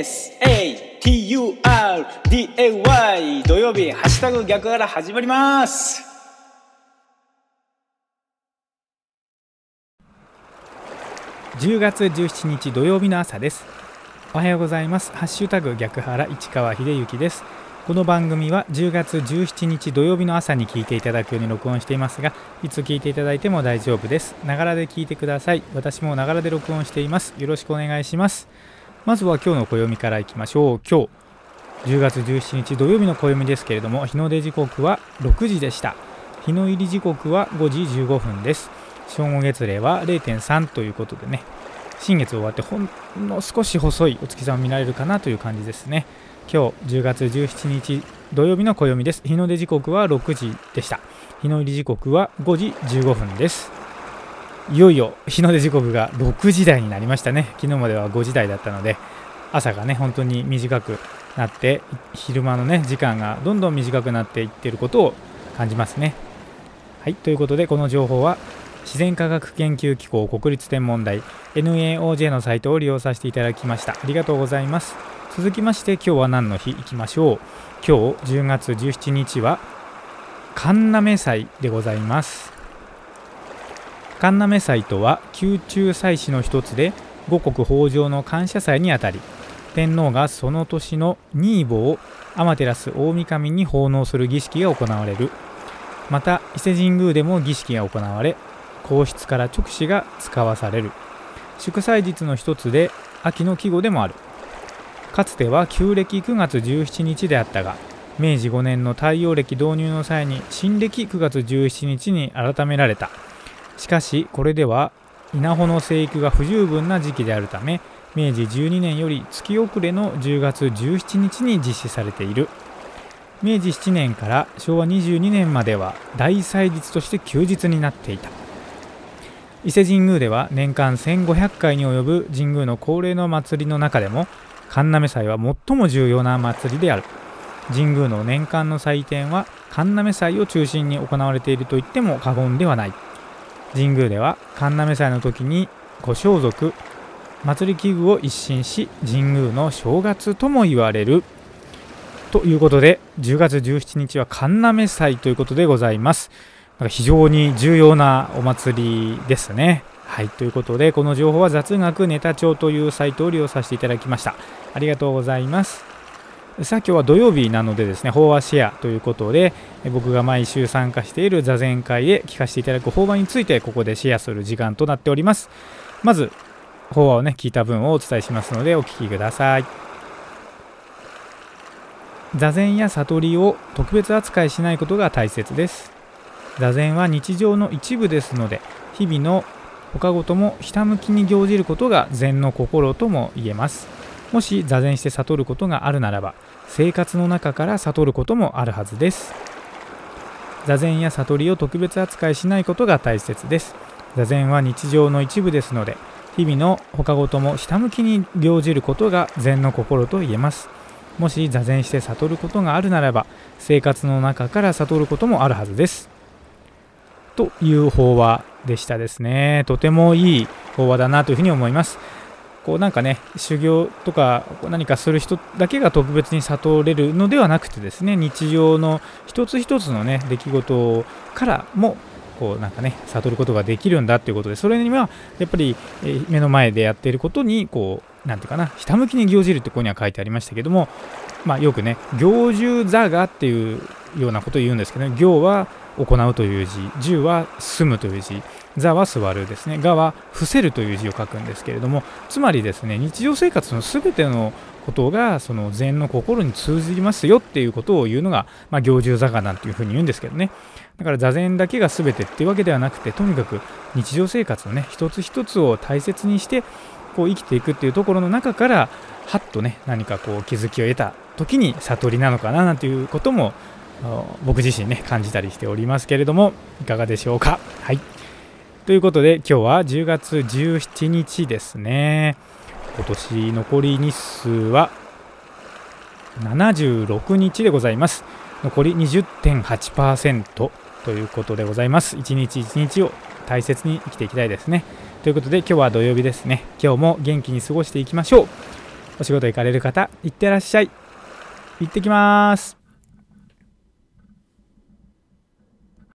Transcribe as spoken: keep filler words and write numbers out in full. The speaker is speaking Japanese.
エスエーティーユーアールディーエーワイ 土曜日ハッシュタグ逆から始まります。 じゅうがつじゅうしちにち土曜日の朝です。おはようございます。ハッシュタグ逆原市川秀幸です。この番組はじゅうがつじゅうしちにち土曜日の朝に聞いていただくように録音していますが、いつ聞いていただいても大丈夫です。ながらで聞いてください。私もながらで録音しています。よろしくお願いします。まずは今日の暦からいきましょう。今日じゅうがつじゅうしちにち土曜日の暦ですけれども、日の出時刻はろくじでした。日の入り時刻はごじじゅうごふんです。正午月齢は れいてんさん ということでね、新月終わってほんの少し細いお月様見られるかなという感じですね。今日じゅうがつじゅうしちにち土曜日の暦です。日の出時刻はろくじでした。日の入り時刻はごじじゅうごふんです。いよいよ日の出時刻がろくじ台になりましたね。昨日まではごじ台だったので、朝がね本当に短くなって、昼間のね時間がどんどん短くなっていっていることを感じますね。はい、ということでこの情報は自然科学研究機構国立天文台 エヌエーオージェー のサイトを利用させていただきました。ありがとうございます。続きまして今日は何の日いきましょう。今日じゅうがつじゅうしちにちは神嘗祭でございます。神嘗祭とは宮中祭祀の一つで、五穀豊穣の感謝祭にあたり、天皇がその年の新母を天照大神に奉納する儀式が行われる。また伊勢神宮でも儀式が行われ、皇室から勅使が使わされる祝祭日の一つで、秋の季語でもある。かつては旧暦くがつじゅうしちにちであったが、めいじごねんの太陽暦導入の際に新暦くがつじゅうしちにちに改められた。しかしこれでは稲穂の生育が不十分な時期であるため、めいじじゅうにねんより月遅れのじゅうがつじゅうしちにちに実施されている。めいじななねんからしょうわにじゅうにねんまでは大祭日として休日になっていた。伊勢神宮では年間せんごひゃっかいに及ぶ神宮の恒例の祭りの中でも、神嘗祭は最も重要な祭りである。神宮の年間の祭典は神嘗祭を中心に行われていると言っても過言ではない。神宮では神嘗祭の時にご装束、祭り器具を一新し、神宮の正月とも言われる。ということでじゅうがつじゅうしちにちは神嘗祭ということでございます。なんか非常に重要なお祭りですね。はい、ということでこの情報は雑学ネタ帳というサイトを利用させていただきました。ありがとうございます。さあ今日は土曜日なのでですね、法話シェアということで、僕が毎週参加している座禅会へ聞かせていただく法話についてここでシェアする時間となっております。まず法話をね聞いた分をお伝えしますのでお聞きください。座禅や悟りを特別扱いしないことが大切です。座禅は日常の一部ですので、日々の他ごともひたむきに行じることが禅の心とも言えます。もし座禅して悟ることがあるならば、生活の中から悟ることもあるはずです。座禅や悟りを特別扱いしないことが大切です。座禅は日常の一部ですので、日々の他ごともひたむきに行じることが禅の心と言えます。もし座禅して悟ることがあるならば、生活の中から悟ることもあるはずです。という法話でしたですね。とてもいい法話だなというふうに思います。こうなんかね、修行とか何かする人だけが特別に悟れるのではなくてですね、日常の一つ一つのね出来事からもこうなんかね悟ることができるんだということで、それにはやっぱり目の前でやっていることにこうなんていうかな、ひたむきに行じるってここには書いてありましたけども、まあよくね行住座がっていうようなことを言うんですけどね、行は行うという字、住は住むという字、座は座るですね、がは伏せるという字を書くんですけれども、つまりですね、日常生活のすべてのことがその禅の心に通じますよっていうことを言うのが、まあ、行住座がなんていうふうに言うんですけどね。だから座禅だけがすべてっていうわけではなくて、とにかく日常生活のね一つ一つを大切にしてこう生きていくっていうところの中から、はっとね何かこう気づきを得た時に悟りなのかななんていうことも僕自身ね感じたりしておりますけれども、いかがでしょうか。はい、ということで今日はじゅうがつじゅうしちにちですね。今年残り日数はななじゅうろくにちでございます。残り にじゅってんはちパーセント ということでございます。一日一日を大切に生きていきたいですね。ということで今日は土曜日ですね。今日も元気に過ごしていきましょう。 お仕事行かれる方、いってらっしゃい。行ってきます。